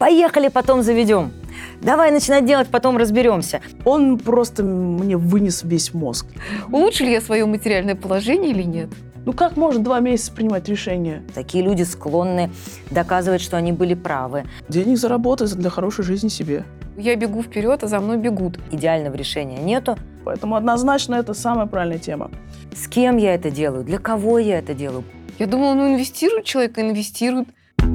Поехали, потом заведем. Давай начинать делать, потом разберемся. Он просто мне вынес весь мозг. Улучшили я свое материальное положение или нет? Ну как можно 2 месяца принимать решения? Такие люди склонны доказывать, что они были правы. Денег заработать для хорошей жизни себе. Я бегу вперед, а за мной бегут. Идеального решения нету. Поэтому однозначно это самая правильная тема. С кем я это делаю? Для кого я это делаю? Я думала, инвестирует человек, инвестирует.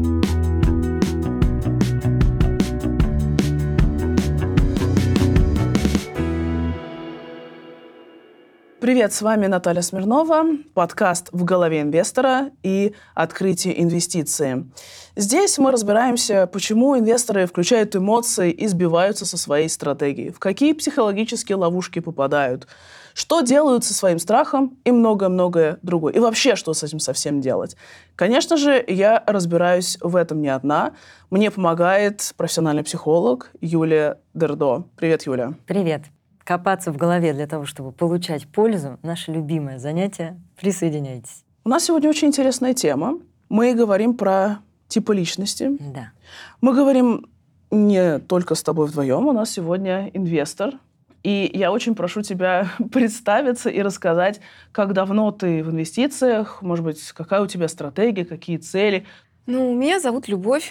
Привет, с вами Наталья Смирнова, подкаст «В голове инвестора» и «Открытие инвестиции». Здесь мы разбираемся, почему инвесторы включают эмоции и сбиваются со своей стратегии, в какие психологические ловушки попадают, что делают со своим страхом и многое-многое другое. И вообще, что с этим совсем делать. Конечно же, я разбираюсь в этом не одна. Мне помогает профессиональный психолог Юлия Дердо. Привет, Юля. Привет. Копаться в голове для того, чтобы получать пользу – наше любимое занятие. Присоединяйтесь. У нас сегодня очень интересная тема. Мы говорим про типы личности. Да. Мы говорим не только с тобой вдвоем. У нас сегодня инвестор. И я очень прошу тебя представиться и рассказать, как давно ты в инвестициях, может быть, какая у тебя стратегия, какие цели. Меня зовут Любовь.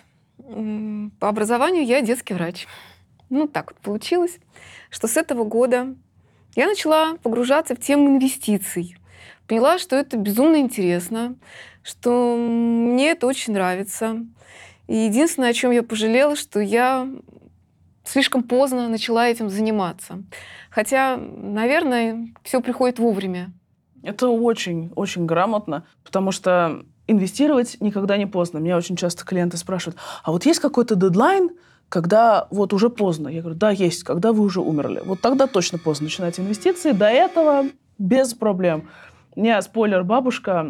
По образованию я детский врач. Так вот получилось, что с этого года я начала погружаться в тему инвестиций. Поняла, что это безумно интересно, что мне это очень нравится. И единственное, о чем я пожалела, что я слишком поздно начала этим заниматься. Хотя, наверное, все приходит вовремя. Это очень грамотно, потому что инвестировать никогда не поздно. Меня очень часто клиенты спрашивают, а вот есть какой-то дедлайн, когда вот уже поздно? Я говорю, да, есть, когда вы уже умерли. Вот тогда точно поздно начинать инвестиции. До этого без проблем. У меня, спойлер, бабушка,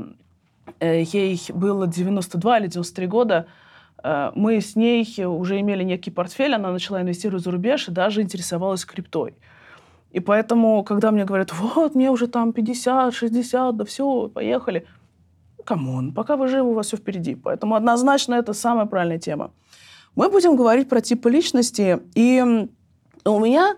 ей было 92 или 93 года. Мы с ней уже имели некий портфель, она начала инвестировать за рубеж и даже интересовалась криптой. И поэтому, когда мне говорят, вот, мне уже там 50, 60, да все, поехали. Камон, пока вы живы, у вас все впереди. Поэтому однозначно это самая правильная тема. Мы будем говорить про типы личности, и у меня,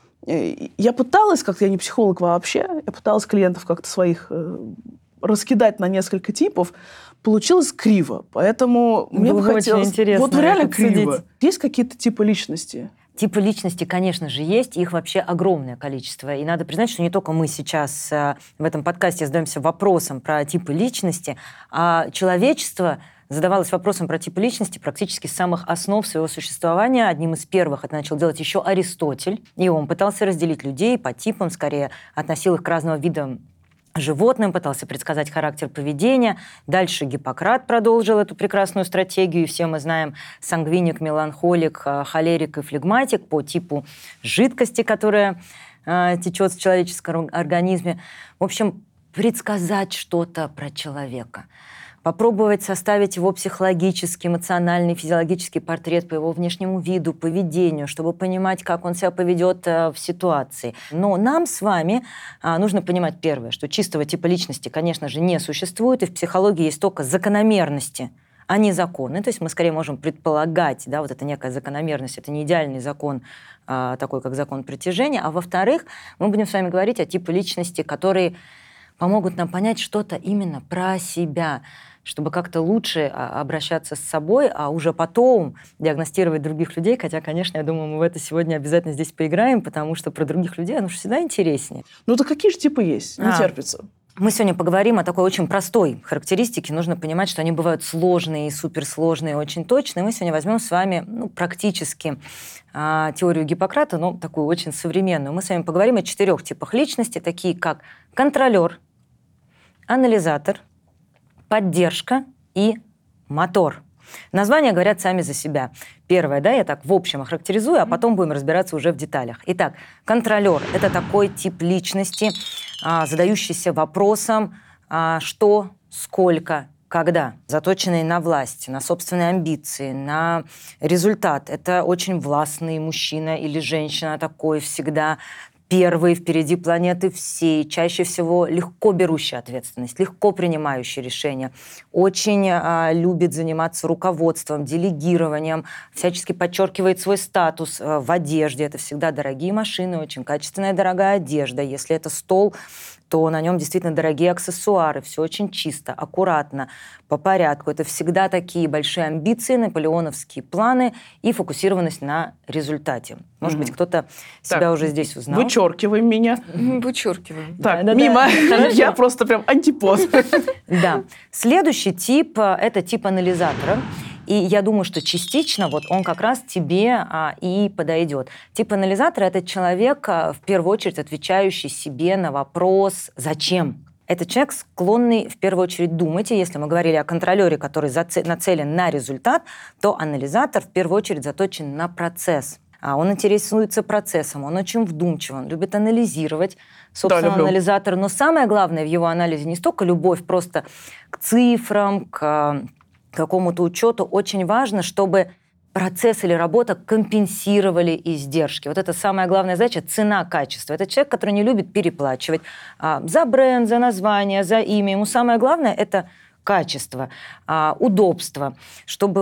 я пыталась, как-то я не психолог вообще, я пыталась клиентов как-то своих раскидать на несколько типов, получилось криво, поэтому мне бы хотелось... Вот реально криво. Есть какие-то типы личности? Типы личности, конечно же, есть, их вообще огромное количество. И надо признать, что не только мы сейчас в этом подкасте задаемся вопросом про типы личности, а человечество задавалось вопросом про типы личности практически с самых основ своего существования. Одним из первых это начал делать еще Аристотель. И он пытался разделить людей по типам, скорее относил их к разным видам животным, пытался предсказать характер поведения. Дальше Гиппократ продолжил эту прекрасную стратегию. Все мы знаем сангвиник, меланхолик, холерик и флегматик по типу жидкости, которая течет в человеческом организме. В общем, предсказать что-то про человека. Попробовать составить его психологический, эмоциональный, физиологический портрет по его внешнему виду, поведению, чтобы понимать, как он себя поведет в ситуации. Но нам с вами нужно понимать первое, что чистого типа личности, конечно же, не существует, и в психологии есть только закономерности, а не законы. То есть мы скорее можем предполагать, да, вот это некая закономерность, это не идеальный закон, такой как закон притяжения. А во-вторых, мы будем с вами говорить о типе личности, которые помогут нам понять что-то именно про себя, чтобы как-то лучше обращаться с собой, а уже потом диагностировать других людей. Хотя, конечно, я думаю, мы в это сегодня обязательно здесь поиграем, потому что про других людей оно же всегда интереснее. Ну, какие же типы есть? Не терпится. Мы сегодня поговорим о такой очень простой характеристике. Нужно понимать, что они бывают сложные, суперсложные, очень точные. Мы сегодня возьмем с вами практически теорию Гиппократа, но такую очень современную. Мы с вами поговорим о 4 типах личности, такие как контролер, анализатор, поддержка и мотор. Названия говорят сами за себя. Первое, да, я так в общем охарактеризую, а потом будем разбираться уже в деталях. Итак, контролер – это такой тип личности, задающийся вопросом, что, сколько, когда. Заточенный на власть, на собственные амбиции, на результат. Это очень властный мужчина или женщина такой всегда первые впереди планеты всей, чаще всего легко берущий ответственность, легко принимающий решения, очень любит заниматься руководством, делегированием, всячески подчеркивает свой статус в одежде. Это всегда дорогие машины, очень качественная дорогая одежда. Если это стол, то на нем действительно дорогие аксессуары, все очень чисто, аккуратно, по порядку. Это всегда такие большие амбиции, наполеоновские планы и фокусированность на результате. Может быть, кто-то себя уже здесь узнал. Вычеркиваем меня. Вычеркиваем. Так, мимо. Я просто прям антипод. Да. Следующий тип – это тип анализатора. И я думаю, что частично вот он как раз тебе и подойдет. Тип анализатора – это человек, в первую очередь, отвечающий себе на вопрос «зачем?». Это человек, склонный в первую очередь думать, и если мы говорили о контролере, который нацелен на результат, то анализатор в первую очередь заточен на процесс. Он интересуется процессом, он очень вдумчив, он любит анализировать, собственно, анализатор. Но самое главное в его анализе не столько любовь просто к цифрам, к какому-то учету. Очень важно, чтобы процесс или работа компенсировали издержки. Вот это самая главная задача – цена-качество. Это человек, который не любит переплачивать за бренд, за название, за имя. Ему самое главное – это качество, удобство, чтобы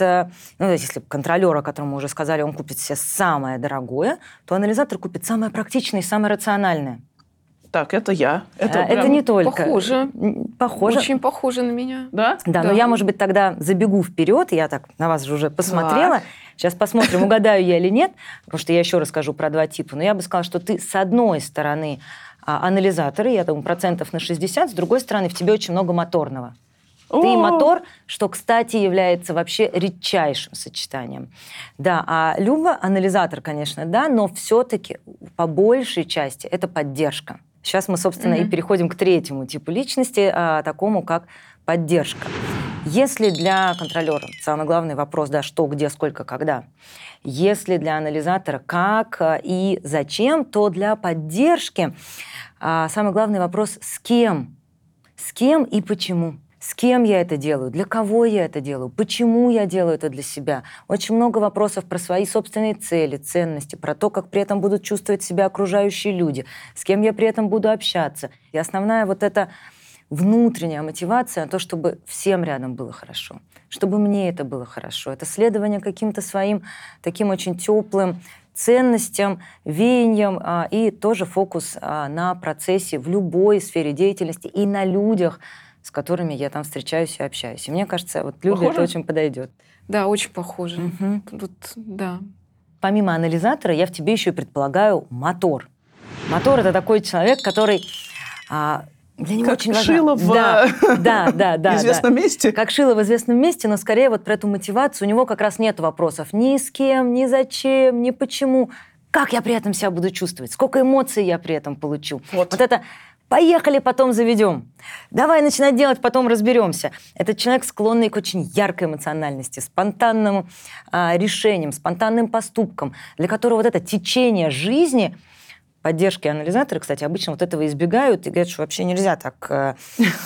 если контролер, о котором мы уже сказали, он купит себе самое дорогое, то анализатор купит самое практичное и самое рациональное. Так, это я. Это не только. Похоже. Похоже. Очень похоже на меня. Да? Да, но я, может быть, тогда забегу вперед. Я так на вас же уже посмотрела. Сейчас посмотрим, угадаю я или нет, потому что я еще расскажу про два типа. Но я бы сказала, что ты с одной стороны анализатор, я думаю, 60%, с другой стороны в тебе очень много моторного. Ты мотор, что, кстати, является вообще редчайшим сочетанием. Да, а Люба анализатор, конечно, да, но все-таки по большей части это поддержка. Сейчас мы, собственно, и переходим к третьему типу личности, такому как поддержка. Если для контролера самый главный вопрос, да, что, где, сколько, когда, если для анализатора как и зачем, то для поддержки самый главный вопрос с кем и почему. С кем я это делаю, для кого я это делаю, почему я делаю это для себя. Очень много вопросов про свои собственные цели, ценности, про то, как при этом будут чувствовать себя окружающие люди, с кем я при этом буду общаться. И основная вот эта внутренняя мотивация на то, чтобы всем рядом было хорошо, чтобы мне это было хорошо. Это следование каким-то своим таким очень теплым ценностям, веяниям и тоже фокус на процессе в любой сфере деятельности и на людях, с которыми я там встречаюсь и общаюсь. И мне кажется, вот Любе это очень подойдет. Да, очень похоже. Угу. Да. Помимо анализатора, я в тебе еще и предполагаю мотор. Мотор — это такой человек, который для него как очень важно. шило в известном месте. Как шило в известном месте, но скорее вот про эту мотивацию у него как раз нет вопросов ни с кем, ни зачем, ни почему. Как я при этом себя буду чувствовать? Сколько эмоций я при этом получу? Вот это «поехали, потом заведем». «Давай начинать делать, потом разберемся». Это человек, склонный к очень яркой эмоциональности, спонтанным решениям, спонтанным поступкам, для которого вот это течение жизни, поддержки анализаторы, кстати, обычно вот этого избегают и говорят, что вообще нельзя так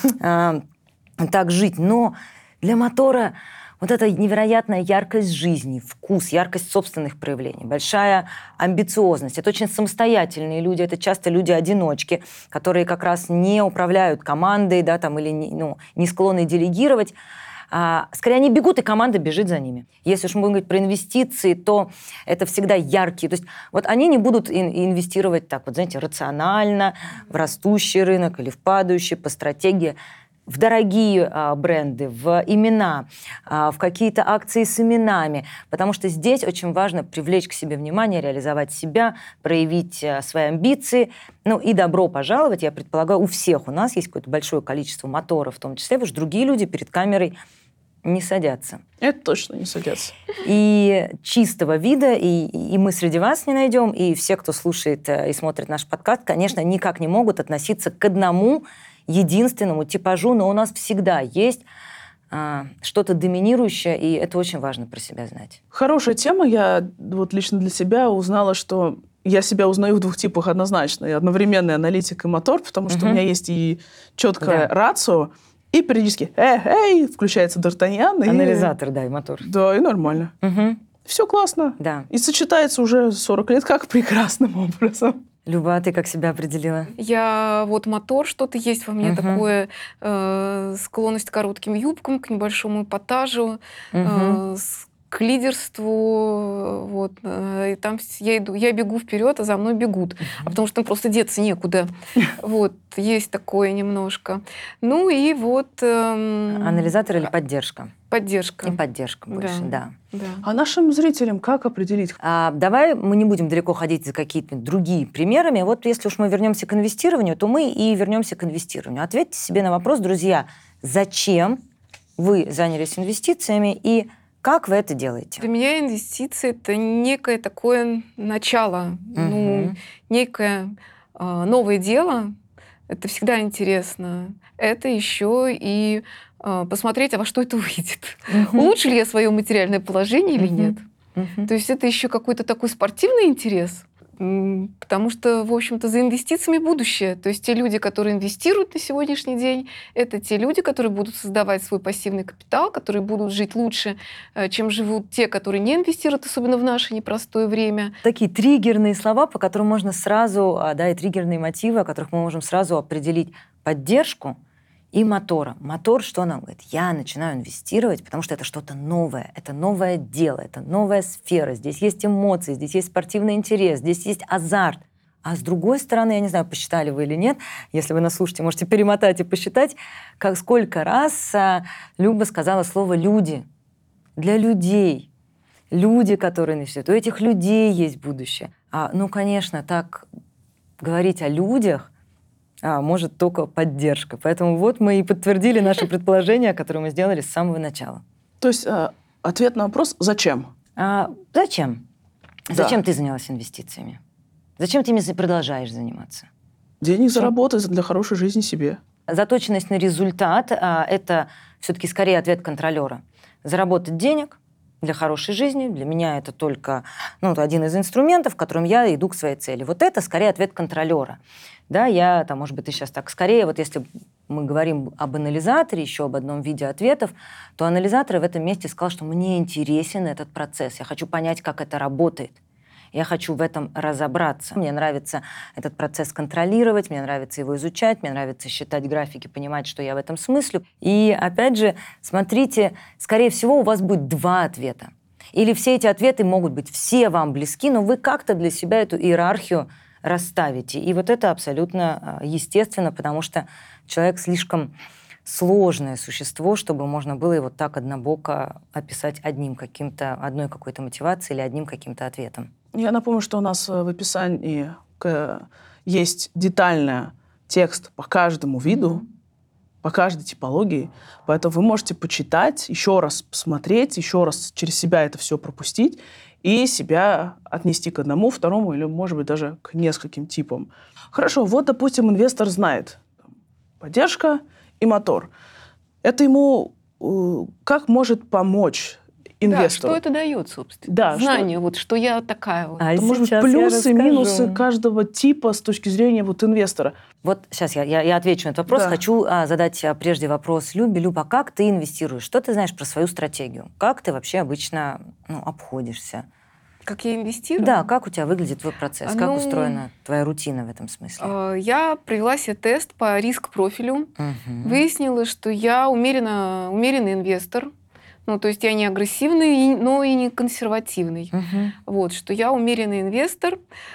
жить. Но для мотора вот эта невероятная яркость жизни, вкус, яркость собственных проявлений, большая амбициозность. Это очень самостоятельные люди, это часто люди-одиночки, которые как раз не управляют командой, да, там, или не склонны делегировать. Скорее, они бегут, и команда бежит за ними. Если уж мы будем говорить про инвестиции, то это всегда яркие. То есть вот они не будут инвестировать так, вот, знаете, рационально в растущий рынок или в падающий, по стратегии, в дорогие бренды, в имена, в какие-то акции с именами, потому что здесь очень важно привлечь к себе внимание, реализовать себя, проявить свои амбиции. И добро пожаловать, я предполагаю, у всех у нас есть какое-то большое количество моторов, в том числе, потому что другие люди перед камерой не садятся. Это точно не садятся. И чистого вида, и мы среди вас не найдем, и все, кто слушает и смотрит наш подкаст, конечно, никак не могут относиться к одному единственному типажу, но у нас всегда есть что-то доминирующее, и это очень важно про себя знать. Хорошая тема. Я вот лично для себя узнала, что я себя узнаю в двух типах однозначно. И одновременный аналитик и мотор, потому что у меня есть и четкое рацио, и периодически включается Д'Артаньян. Анализатор, да, и мотор. Да, и нормально. Все классно. Да. И сочетается уже 40 лет как прекрасным образом. Люба, а ты как себя определила? Я вот мотор, что-то есть во мне такое, склонность к коротким юбкам, к небольшому эпатажу, к лидерству, вот, и там я бегу вперед, а за мной бегут, потому что там просто деться некуда. Вот, есть такое немножко. Ну и вот... Анализатор или поддержка? Поддержка. И поддержка больше, да. А нашим зрителям как определить? Давай мы не будем далеко ходить за какие-то другие примерами. Вот если уж мы вернемся к инвестированию, то мы и вернемся к инвестированию. Ответьте себе на вопрос, друзья, зачем вы занялись инвестициями и как вы это делаете? Для меня инвестиции — это некое такое начало, некое новое дело. Это всегда интересно. Это еще и посмотреть, а во что это выйдет. Улучшили я свое материальное положение или нет? То есть это еще какой-то такой спортивный интерес. Потому что, в общем-то, за инвестициями будущее. То есть те люди, которые инвестируют на сегодняшний день, это те люди, которые будут создавать свой пассивный капитал, которые будут жить лучше, чем живут те, которые не инвестируют, особенно в наше непростое время. Такие триггерные слова, по которым можно сразу, и триггерные мотивы, о которых мы можем сразу определить поддержку и мотора. Мотор, что нам говорит? Я начинаю инвестировать, потому что это что-то новое, это новое дело, это новая сфера. Здесь есть эмоции, здесь есть спортивный интерес, здесь есть азарт. А с другой стороны, я не знаю, посчитали вы или нет, если вы нас слушаете, можете перемотать и посчитать, сколько раз Люба сказала слово «люди». Для людей. Люди, которые инвестируют. У этих людей есть будущее. Конечно, так говорить о людях может только поддержка. Поэтому вот мы и подтвердили наши предположения, которые мы сделали с самого начала. То есть ответ на вопрос «зачем?» Зачем? Да. Зачем ты занялась инвестициями? Зачем ты ими продолжаешь заниматься? Денег заработать для хорошей жизни себе. Заточенность на результат – это все-таки скорее ответ контролера. Заработать денег для хорошей жизни, для меня это только один из инструментов, которым я иду к своей цели. Вот это скорее ответ контролера. Да, может быть, ты сейчас так скорее, вот если мы говорим об анализаторе, еще об одном виде ответов, то анализатор в этом месте сказал, что мне интересен этот процесс, я хочу понять, как это работает. Я хочу в этом разобраться. Мне нравится этот процесс контролировать, мне нравится его изучать, мне нравится считать графики, понимать, что я в этом смыслю. И опять же, смотрите, скорее всего, у вас будет два ответа. Или все эти ответы могут быть все вам близки, но вы как-то для себя эту иерархию расставите. И вот это абсолютно естественно, потому что человек слишком сложное существо, чтобы можно было его так однобоко описать одной какой-то мотивацией или одним каким-то ответом. Я напомню, что у нас в описании есть детальный текст по каждому виду, по каждой типологии. Поэтому вы можете почитать, еще раз посмотреть, еще раз через себя это все пропустить и себя отнести к одному, второму или, может быть, даже к нескольким типам. Хорошо, вот, допустим, инвестор знает поддержка и мотор. Это ему как может помочь инвестору? Да, что это дает, собственно? Да, знание, что я такая вот. Это, может быть, плюсы и минусы каждого типа с точки зрения инвестора. Вот сейчас я отвечу на этот вопрос. Да. Хочу задать прежде вопрос Любе. Люба, как ты инвестируешь? Что ты знаешь про свою стратегию? Как ты вообще обычно обходишься? Как я инвестирую? Да, как у тебя выглядит твой процесс? Как устроена твоя рутина в этом смысле? Я провела себе тест по риск-профилю. Выяснилось, что я умеренный инвестор. То есть я не агрессивный, но и не консервативный. Что я умеренный инвестор.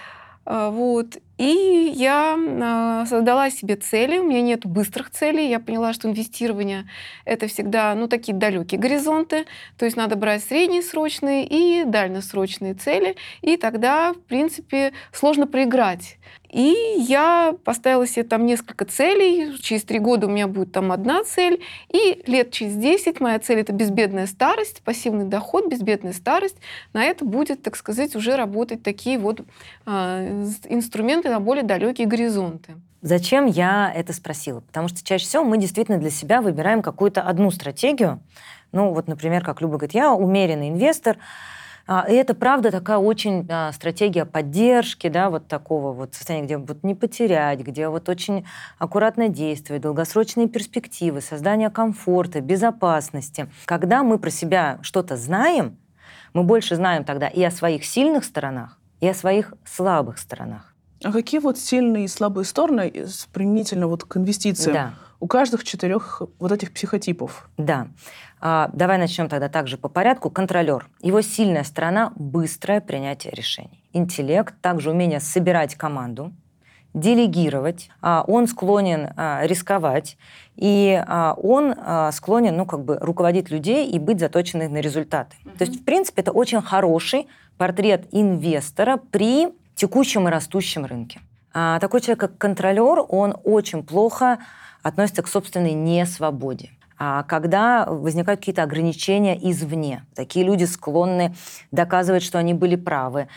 И я создала себе цели. У меня нет быстрых целей. Я поняла, что инвестирование — это всегда такие далекие горизонты. То есть надо брать среднесрочные и дальнесрочные цели. И тогда, в принципе, сложно проиграть. И я поставила себе там несколько целей. Через 3 года у меня будет там одна цель. И лет через 10 моя цель — это безбедная старость, пассивный доход, безбедная старость. На это будет, так сказать, уже работать такие инструменты на более далекие горизонты. Зачем я это спросила? Потому что чаще всего мы действительно для себя выбираем какую-то одну стратегию. Например, как Люба говорит, я умеренный инвестор. И это, правда, такая очень стратегия поддержки, такого состояния, где не потерять, где очень аккуратно действовать, долгосрочные перспективы, создание комфорта, безопасности. Когда мы про себя что-то знаем, мы больше знаем тогда и о своих сильных сторонах, и о своих слабых сторонах. А какие вот сильные и слабые стороны применительно вот к инвестициям? Да. У каждых 4 вот этих психотипов. Да. Давай начнем тогда также по порядку. Контролер. Его сильная сторона – быстрое принятие решений. Интеллект, также умение собирать команду, делегировать. Он склонен рисковать, и он склонен руководить людей и быть заточенным на результаты. То есть, в принципе, это очень хороший портрет инвестора при текущем и растущем рынке. Такой человек, как контролер, он очень плохо относится к собственной несвободе. Когда возникают какие-то ограничения извне. Такие люди склонны доказывать, что они были правы.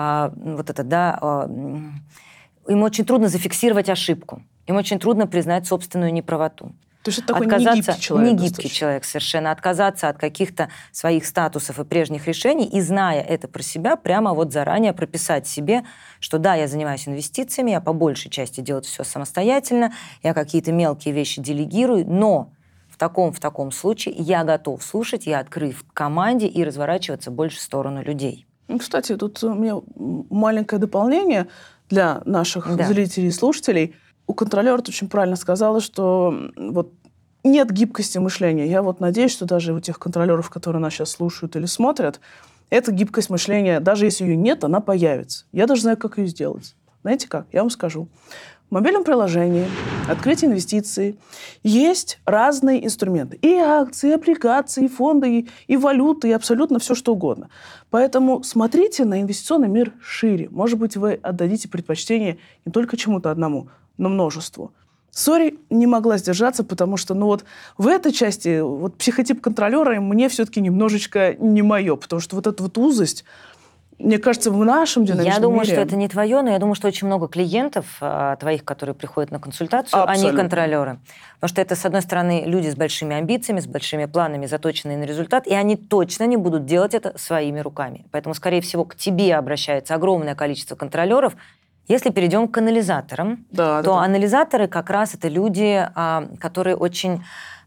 Им очень трудно зафиксировать ошибку. Им очень трудно признать собственную неправоту. То есть это такой негибкий человек. Негибкий человек совершенно. Отказаться от каких-то своих статусов и прежних решений и, зная это про себя, прямо вот заранее прописать себе, что да, я занимаюсь инвестициями, я по большей части делаю все самостоятельно, я какие-то мелкие вещи делегирую, но в таком случае я готов слушать, я открыт в команде и разворачиваться больше в сторону людей. Кстати, тут у меня маленькое дополнение для наших зрителей и слушателей. У контролера очень правильно сказала, что вот нет гибкости мышления. Я вот надеюсь, что даже у тех контролеров, которые нас сейчас слушают или смотрят, эта гибкость мышления, даже если ее нет, она появится. Я даже знаю, как ее сделать. Знаете как? Я вам скажу. В мобильном приложении «Открыть инвестиции» есть разные инструменты. И акции, и облигации, и фонды, и валюты, и абсолютно все, что угодно. Поэтому смотрите на инвестиционный мир шире. Может быть, вы отдадите предпочтение не только чему-то одному, но множеству. Сори, не могла сдержаться, потому что в этой части психотип контролера мне все-таки немножечко не мое, потому что вот эта вот узость, мне кажется, в нашем динамичном мире... Я думаю, что это не твое, но я думаю, что очень много клиентов твоих, которые приходят на консультацию, они контролеры. Потому что это, с одной стороны, люди с большими амбициями, с большими планами, заточенные на результат, и они точно не будут делать это своими руками. Поэтому, скорее всего, к тебе обращается огромное количество контролеров. Если перейдем к анализаторам, то анализаторы как раз это люди, которые очень...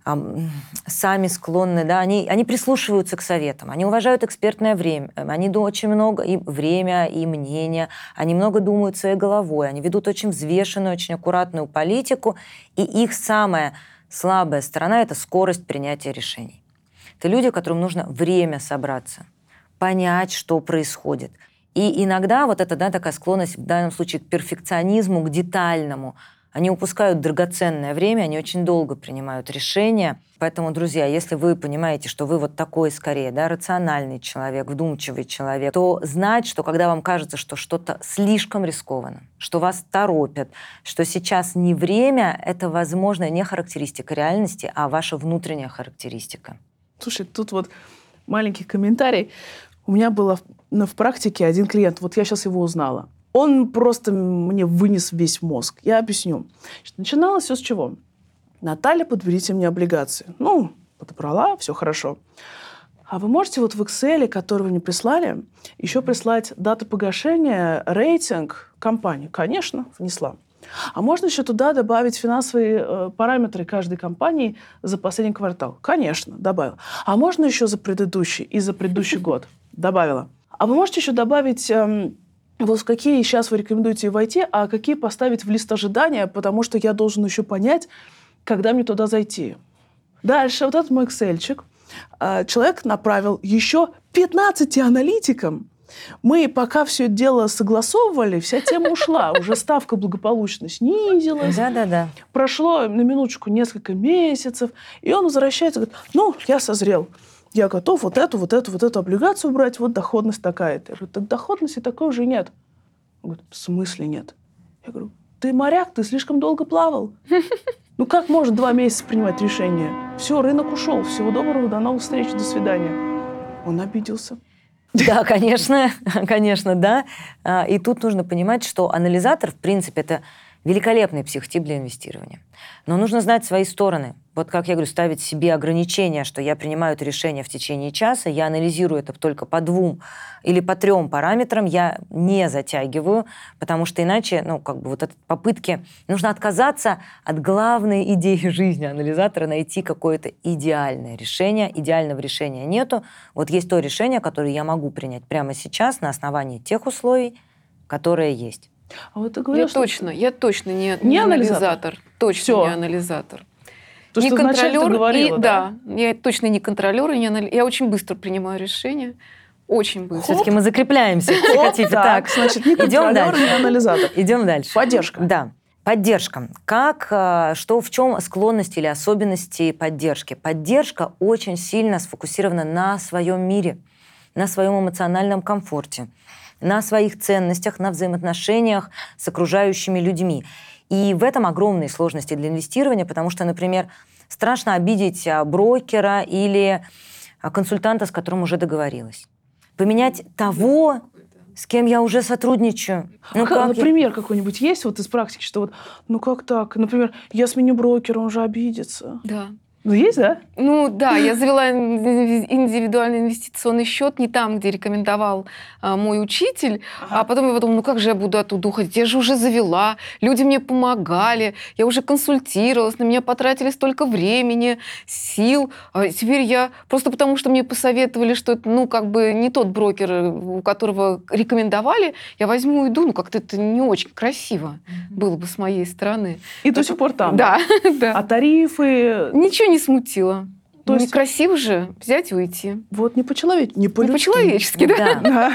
сами склонны, они прислушиваются к советам, они уважают экспертное время, они очень много и время, и мнения, они много думают своей головой, они ведут очень взвешенную, очень аккуратную политику, и их самая слабая сторона – это скорость принятия решений. Это люди, которым нужно время собраться, понять, что происходит. И иногда такая склонность в данном случае к перфекционизму, к детальному. Они упускают драгоценное время, они очень долго принимают решения. Поэтому, друзья, если вы понимаете, что вы вот такой, скорее, рациональный человек, вдумчивый человек, то знать, что когда вам кажется, что что-то слишком рискованно, что вас торопят, что сейчас не время, это, возможно, не характеристика реальности, а ваша внутренняя характеристика. Слушай, тут маленький комментарий. У меня было в практике один клиент, я сейчас его узнала. Он просто мне вынес весь мозг. Я объясню. Начиналось все с чего? Наталья, подберите мне облигации. Подобрала, все хорошо. А вы можете в Excel, который вы мне прислали, еще прислать дату погашения, рейтинг компании? Конечно, внесла. А можно еще туда добавить финансовые параметры каждой компании за последний квартал? Конечно, добавила. А можно еще за предыдущий и за предыдущий год? Добавила. А вы можете еще добавить... в какие сейчас вы рекомендуете войти, а какие поставить в лист ожидания, потому что я должен еще понять, когда мне туда зайти. Дальше этот мой Excel-чик человек направил еще 15 аналитикам. Мы пока все это дело согласовывали, вся тема ушла. Уже ставка благополучно снизилась. Да. Прошло на минуточку несколько месяцев. И он возвращается и говорит, я созрел. Я готов вот эту облигацию брать, доходность такая-то. Я говорю, так доходности такой уже нет. Он говорит, в смысле нет? Я говорю, ты моряк, ты слишком долго плавал. Как можно 2 месяца принимать решение? Все, рынок ушел. Всего доброго, до новых встреч, до свидания. Он обиделся. Да, конечно, да. И тут нужно понимать, что анализатор, в принципе, это великолепный психотип для инвестирования. Но нужно знать свои стороны. Как я говорю, ставить себе ограничения, что я принимаю это решение в течение часа, я анализирую это только по 2 или по 3 параметрам, я не затягиваю, потому что иначе, от попытки... Нужно отказаться от главной идеи жизни анализатора, найти какое-то идеальное решение. Идеального решения нету. Есть то решение, которое я могу принять прямо сейчас на основании тех условий, которые есть. А вот ты говорила, Я точно не анализатор. анализатор. Точно Всё. не анализатор. То, что вначале ты говорила, да? Я точно не контролер, и не я очень быстро принимаю решения. Очень быстро. Все-таки мы закрепляемся в психотипе. Так, значит, не контролер, не анализатор. Идем дальше. Поддержка. Да. Поддержка. В чем склонности или особенности поддержки? Поддержка очень сильно сфокусирована на своем мире, на своем эмоциональном комфорте, на своих ценностях, на взаимоотношениях с окружающими людьми. И в этом огромные сложности для инвестирования, потому что, например, страшно обидеть брокера или консультанта, с которым уже договорилась. Поменять того, с кем я уже сотрудничаю. Например, какой-нибудь есть вот из практики, что вот, как так? Например, я сменю брокера, он же обидится. Да. Есть, да? Да, я завела индивидуальный инвестиционный счет не там, где рекомендовал мой учитель, а потом я подумала, как же я буду оттуда уходить? Я же уже завела, люди мне помогали, я уже консультировалась, на меня потратили столько времени, сил, а теперь я просто потому, что мне посоветовали, что это, не тот брокер, у которого рекомендовали, я возьму и уйду, как-то это не очень красиво было бы с моей стороны. И до сих пор там. Да. А тарифы... Ничего не смутило. То есть... Некрасиво же взять и уйти. Вот не по-человечески. Не по-человечески, да.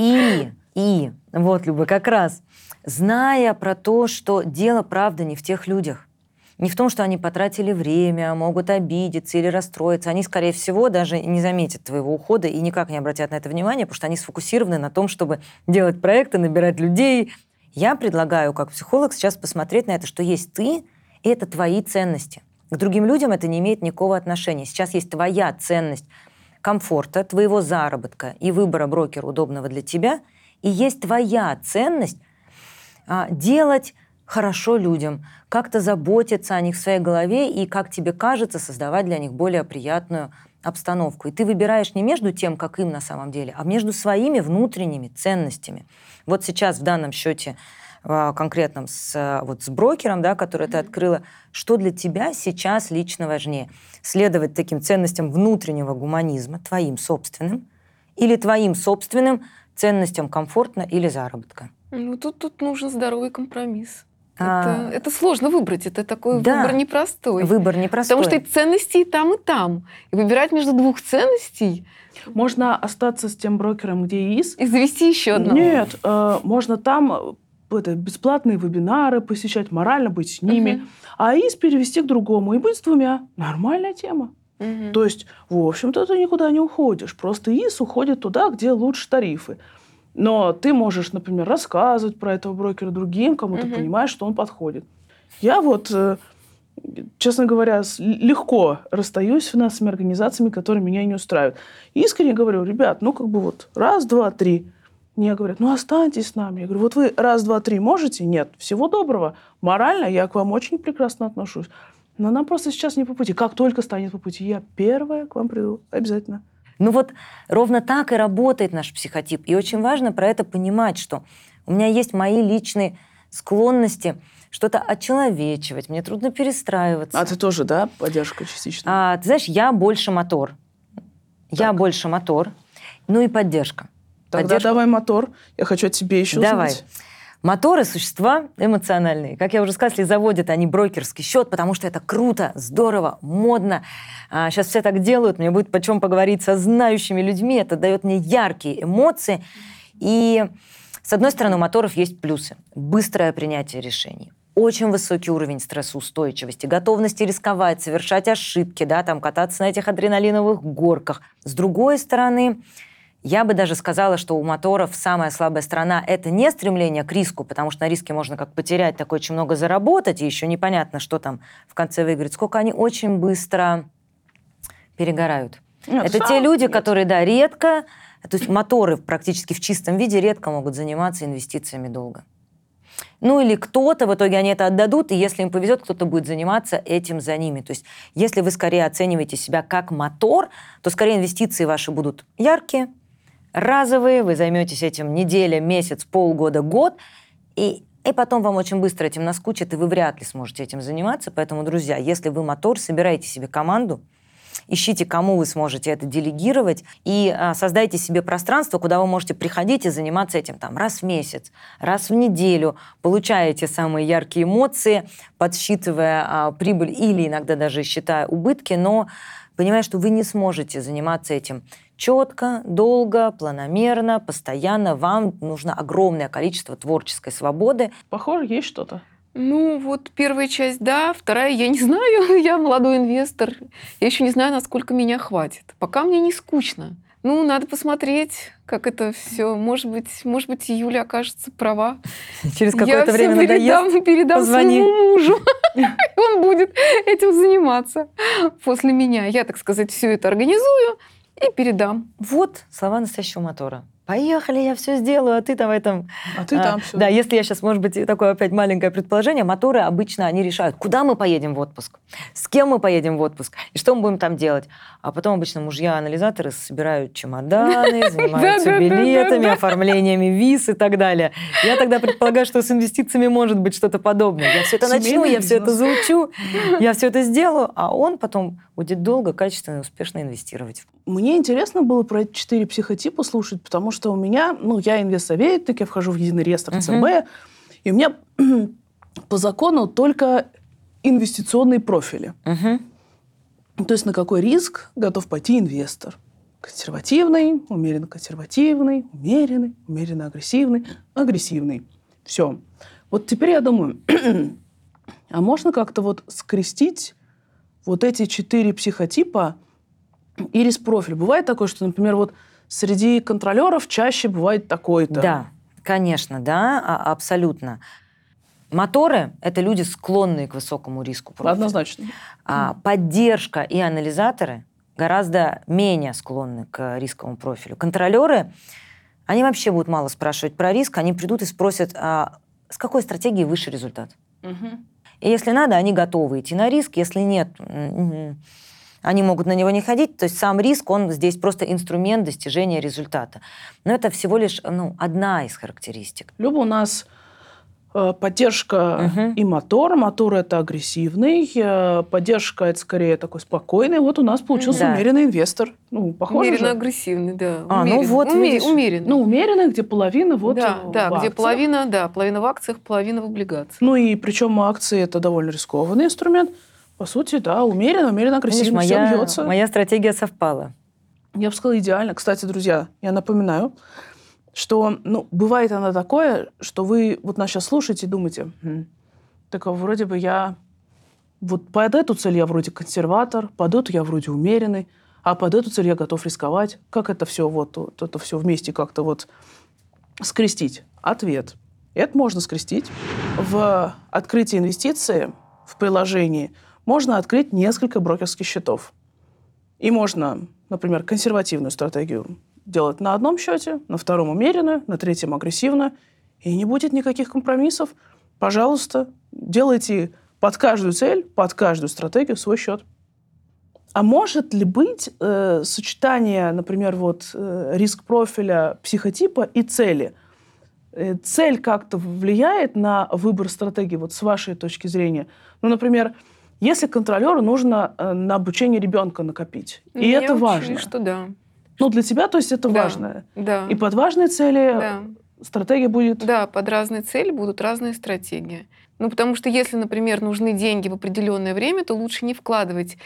И вот, Люба, как раз, зная про то, что дело, правда, не в тех людях, не в том, что они потратили время, могут обидеться или расстроиться, они, скорее всего, даже не заметят твоего ухода и никак не обратят на это внимание, потому что они сфокусированы на том, чтобы делать проекты, набирать людей. Я предлагаю, как психолог, сейчас посмотреть на это, что есть ты, и это твои ценности. К другим людям это не имеет никакого отношения. Сейчас есть твоя ценность комфорта, твоего заработка и выбора брокера, удобного для тебя, и есть твоя ценность делать хорошо людям, как-то заботиться о них в своей голове и, как тебе кажется, создавать для них более приятную обстановку. И ты выбираешь не между тем, как им на самом деле, а между своими внутренними ценностями. Вот сейчас в данном счете конкретном с брокером, да, который ты открыла, что для тебя сейчас лично важнее? Следовать таким ценностям внутреннего гуманизма, твоим собственным, или твоим собственным ценностям комфортно или заработка? Тут нужен здоровый компромисс. Это сложно выбрать, это такой выбор непростой. Выбор непростой. Потому что и ценности и там, и там. И выбирать между двух ценностей... Можно остаться с тем брокером, где ИИС. И завести еще одного. Нет, можно там... бесплатные вебинары посещать, морально быть с ними, а ИИС перевести к другому и быть с двумя. Нормальная тема. То есть, в общем-то, ты никуда не уходишь. Просто ИИС уходит туда, где лучше тарифы. Но ты можешь, например, рассказывать про этого брокера другим, кому ты понимаешь, что он подходит. Я честно говоря, легко расстаюсь с финансовыми организациями, которые меня не устраивают. Искренне говорю, ребят, раз, два, три. Мне говорят, останьтесь с нами. Я говорю, вы раз, два, три можете? Нет. Всего доброго. Морально я к вам очень прекрасно отношусь. Но нам просто сейчас не по пути. Как только станет по пути, я первая к вам приду. Обязательно. Ровно так и работает наш психотип. И очень важно про это понимать, что у меня есть мои личные склонности что-то очеловечивать, мне трудно перестраиваться. А ты тоже, да, поддержка частично? Ты знаешь, я больше мотор. Я больше мотор. И поддержка. Тогда давай мотор. Я хочу от тебя еще узнать. Давай. Моторы – существа эмоциональные. Как я уже сказала, если заводят они брокерский счет, потому что это круто, здорово, модно. Сейчас все так делают, мне будет почем поговорить со знающими людьми. Это дает мне яркие эмоции. И, с одной стороны, у моторов есть плюсы. Быстрое принятие решений. Очень высокий уровень стрессоустойчивости, готовности рисковать, совершать ошибки, кататься на этих адреналиновых горках. С другой стороны, я бы даже сказала, что у моторов самая слабая сторона – это не стремление к риску, потому что на риске можно как потерять, так очень много заработать, и еще непонятно, что там в конце выиграть, сколько они очень быстро перегорают. Это те люди, которые, редко, то есть моторы практически в чистом виде редко могут заниматься инвестициями долго. Или кто-то, в итоге они это отдадут, и если им повезет, кто-то будет заниматься этим за ними. То есть если вы скорее оцениваете себя как мотор, то скорее инвестиции ваши будут яркие, разовые, вы займетесь этим неделя, месяц, полгода, год, и потом вам очень быстро этим наскучит, и вы вряд ли сможете этим заниматься. Поэтому, друзья, если вы мотор, собирайте себе команду ищите, кому вы сможете это делегировать, и создайте себе пространство, куда вы можете приходить и заниматься этим там раз в месяц, раз в неделю, получая те самые яркие эмоции, подсчитывая прибыль или иногда даже считая убытки, но понимая, что вы не сможете заниматься этим четко, долго, планомерно, постоянно. Вам нужно огромное количество творческой свободы. Похоже, есть что-то. Ну, вот первая часть, да, вторая, я не знаю, я молодой инвестор, я еще не знаю, насколько меня хватит. Пока мне не скучно. Ну, надо посмотреть, как это все. Может быть, Юля окажется права. Через какое-то время надоест, я передам позвони. своему мужу, и он будет этим заниматься после меня. Я, так сказать, все это организую и передам. Вот слова настоящего мотора. Поехали, я все сделаю, а ты там этом... А ты там все. Да, если я сейчас, может быть, такое опять маленькое предположение, моторы обычно, они решают, куда мы поедем в отпуск, с кем мы поедем в отпуск, и что мы будем там делать. А потом обычно мужья-анализаторы собирают чемоданы, занимаются билетами, оформлениями виз и так далее. Я тогда предполагаю, что с инвестициями может быть что-то подобное. Я все это начну, я все это заучу, я все это сделаю, а он потом будет долго, качественно и успешно инвестировать. Мне интересно было про эти 4 психотипа слушать, потому что у меня, я инвестсоветник, я вхожу в единый реестр ЦБ, и у меня по закону только инвестиционные профили. То есть на какой риск готов пойти инвестор? Консервативный, умеренно консервативный, умеренный, умеренно агрессивный, агрессивный. Все. Вот теперь я думаю, а можно как-то вот скрестить вот эти 4 психотипа и риск-профиль? Бывает такое, что, например, вот среди контролеров чаще бывает такой-то. Да, конечно, да, абсолютно. Моторы – это люди, склонные к высокому риску профиля. Однозначно. Поддержка и анализаторы гораздо менее склонны к рисковому профилю. Контролеры, они вообще будут мало спрашивать про риск, они придут и спросят, с какой стратегией выше результат. И если надо, они готовы идти на риск, если нет, они могут на него не ходить. То есть сам риск, он здесь просто инструмент достижения результата. Но это всего лишь одна из характеристик. Люба, у нас поддержка и мотор. Мотор – это агрессивный, поддержка – это скорее такой спокойный. Вот у нас получился умеренный инвестор. Похоже Умеренно же? агрессивный, да. Умеренный. Умеренный. Где половина вот Да, в где акциях. половина в акциях, половина в облигациях. И причем акции – это довольно рискованный инструмент. По сути, да, умеренно агрессивно, все бьется. Моя стратегия совпала. Я бы сказала, идеально. Кстати, друзья, я напоминаю, что, бывает она такое, что вы вот нас сейчас слушаете и думаете, так вроде бы я... Вот под эту цель я вроде консерватор, под эту я вроде умеренный, а под эту цель я готов рисковать. Как это все это все вместе как-то скрестить? Ответ. Это можно скрестить. В открытии инвестиции в приложении можно открыть несколько брокерских счетов. И можно, например, консервативную стратегию делать на одном счете, на втором умеренно, на третьем агрессивно, и не будет никаких компромиссов. Пожалуйста, делайте под каждую цель, под каждую стратегию свой счет. А может ли быть сочетание, например, риск профиля психотипа и цели? Цель как-то влияет на выбор стратегии, с вашей точки зрения? Например, если контролеру нужно на обучение ребенка накопить, и это важно. Что да. Для тебя, то есть это важно. Да. И под важные цели стратегия будет... Да, под разные цели будут разные стратегии. Потому что если, например, нужны деньги в определенное время, то лучше не вкладывать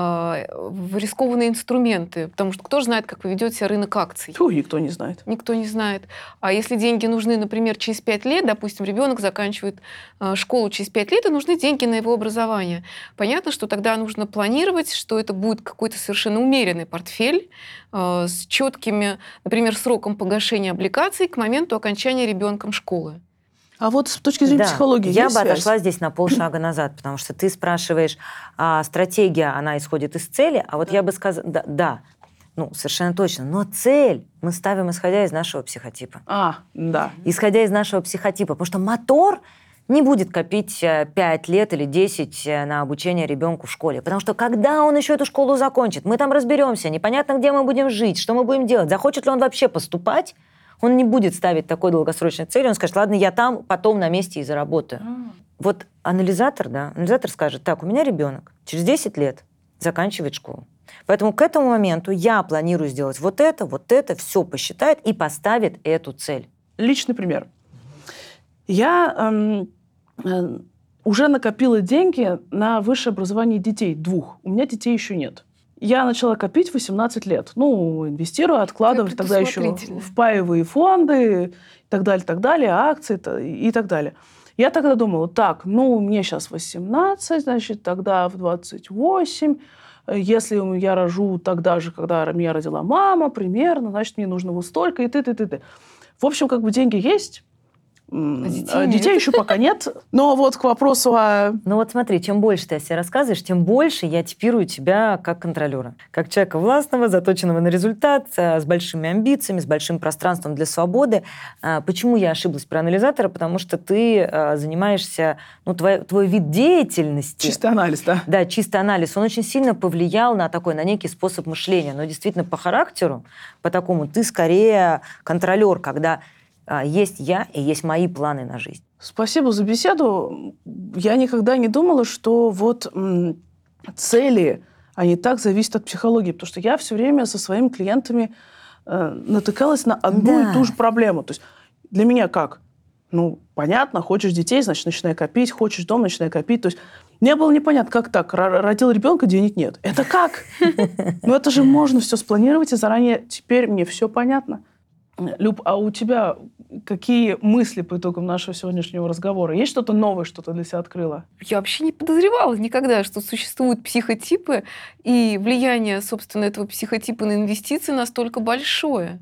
в рискованные инструменты, потому что кто же знает, как поведет себя рынок акций? Никто не знает. Никто не знает. А если деньги нужны, например, через 5 лет, допустим, ребенок заканчивает школу через 5 лет, и нужны деньги на его образование. Понятно, что тогда нужно планировать, что это будет какой-то совершенно умеренный портфель с четкими, например, сроком погашения облигаций к моменту окончания ребенком школы. А с точки зрения психологии я есть бы связь? отошла здесь на полшага назад, потому что ты спрашиваешь, стратегия, она исходит из цели, а я бы сказала, да, совершенно точно, но цель мы ставим, исходя из нашего психотипа. Да. Исходя из нашего психотипа, потому что мотор не будет копить 5 лет или 10 на обучение ребенку в школе, потому что когда он еще эту школу закончит, мы там разберемся, непонятно, где мы будем жить, что мы будем делать, захочет ли он вообще поступать. Он не будет ставить такой долгосрочной цели, он скажет, ладно, я там, потом на месте и заработаю. Анализатор скажет, так, у меня ребенок через 10 лет заканчивает школу. Поэтому к этому моменту я планирую сделать вот это, все посчитает и поставит эту цель. Личный пример. Я уже накопила деньги на высшее образование детей, 2. У меня детей еще нет. Я начала копить в 18 лет. Инвестирую, откладываю, тогда еще в паевые фонды, и так далее, акции и так далее. Я тогда думала, мне сейчас 18, значит, тогда в 28. Если я рожу тогда же, когда меня родила мама, примерно, значит, мне нужно вот столько, и ты. В общем, деньги есть. Детей еще пока нет. Но вот к вопросу о... Смотри, чем больше ты о себе рассказываешь, тем больше я типирую тебя как контролера. Как человека властного, заточенного на результат, с большими амбициями, с большим пространством для свободы. Почему я ошиблась про анализатора? Потому что ты занимаешься... Твой вид деятельности... Чистый анализ, да? Да, чистый анализ. Он очень сильно повлиял на некий способ мышления. Но действительно по характеру, по такому, ты скорее контролер, когда... есть я и есть мои планы на жизнь. Спасибо за беседу. Я никогда не думала, что цели, они так зависят от психологии, потому что я все время со своими клиентами натыкалась на одну и ту же проблему. То есть для меня как? Понятно, хочешь детей, значит, начинай копить, хочешь дом, начинай копить. То есть мне было непонятно, как так? Родил ребенка, денег нет. Это как? Это же можно все спланировать и заранее. Теперь мне все понятно. Люб, а у тебя какие мысли по итогам нашего сегодняшнего разговора? Есть что-то новое, что ты для себя открыла? Я вообще не подозревала никогда, что существуют психотипы, и влияние, собственно, этого психотипа на инвестиции настолько большое.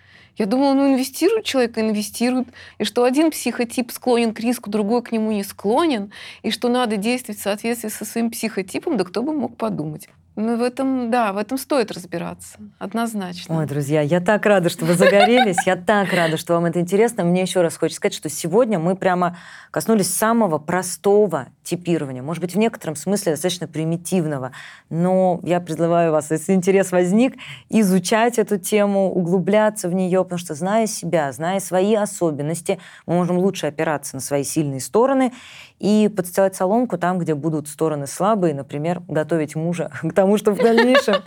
Я думала, инвестирует человек, инвестирует, и что один психотип склонен к риску, другой к нему не склонен, и что надо действовать в соответствии со своим психотипом, да кто бы мог подумать. В этом стоит разбираться, однозначно. Ой, друзья, я так рада, что вы загорелись, я так рада, что вам это интересно. Мне еще раз хочется сказать, что сегодня мы прямо коснулись самого простого типирования, может быть, в некотором смысле достаточно примитивного, но я призываю вас, если интерес возник, изучать эту тему, углубляться в нее, потому что, зная себя, зная свои особенности, мы можем лучше опираться на свои сильные стороны и подстилать соломку там, где будут стороны слабые, например, готовить мужа к тому, что в дальнейшем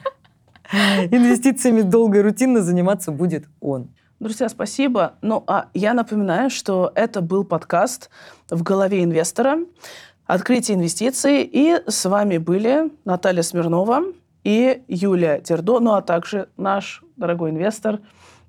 инвестициями долго и рутинно заниматься будет он. Друзья, спасибо. Я напоминаю, что это был подкаст «В голове инвестора. Открытие инвестиций». И с вами были Наталья Смирнова и Юлия Тердо, а также наш дорогой инвестор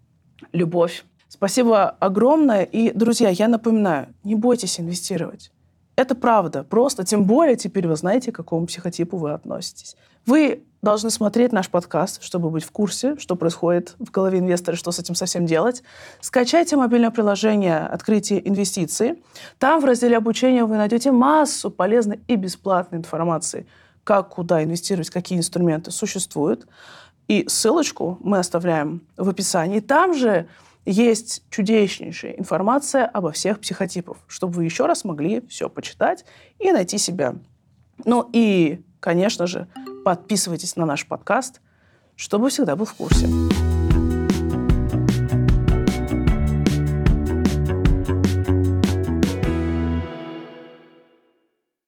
Любовь. Спасибо огромное. И, друзья, я напоминаю, не бойтесь инвестировать. Это правда. Просто, тем более, теперь вы знаете, к какому психотипу вы относитесь. Вы должны смотреть наш подкаст, чтобы быть в курсе, что происходит в голове инвестора, что с этим совсем делать. Скачайте мобильное приложение «Открытие инвестиций». Там в разделе обучения вы найдете массу полезной и бесплатной информации, как, куда инвестировать, какие инструменты существуют. И ссылочку мы оставляем в описании. Там же есть чудеснейшая информация обо всех психотипах, чтобы вы еще раз могли все почитать и найти себя. И, конечно же, подписывайтесь на наш подкаст, чтобы всегда был в курсе.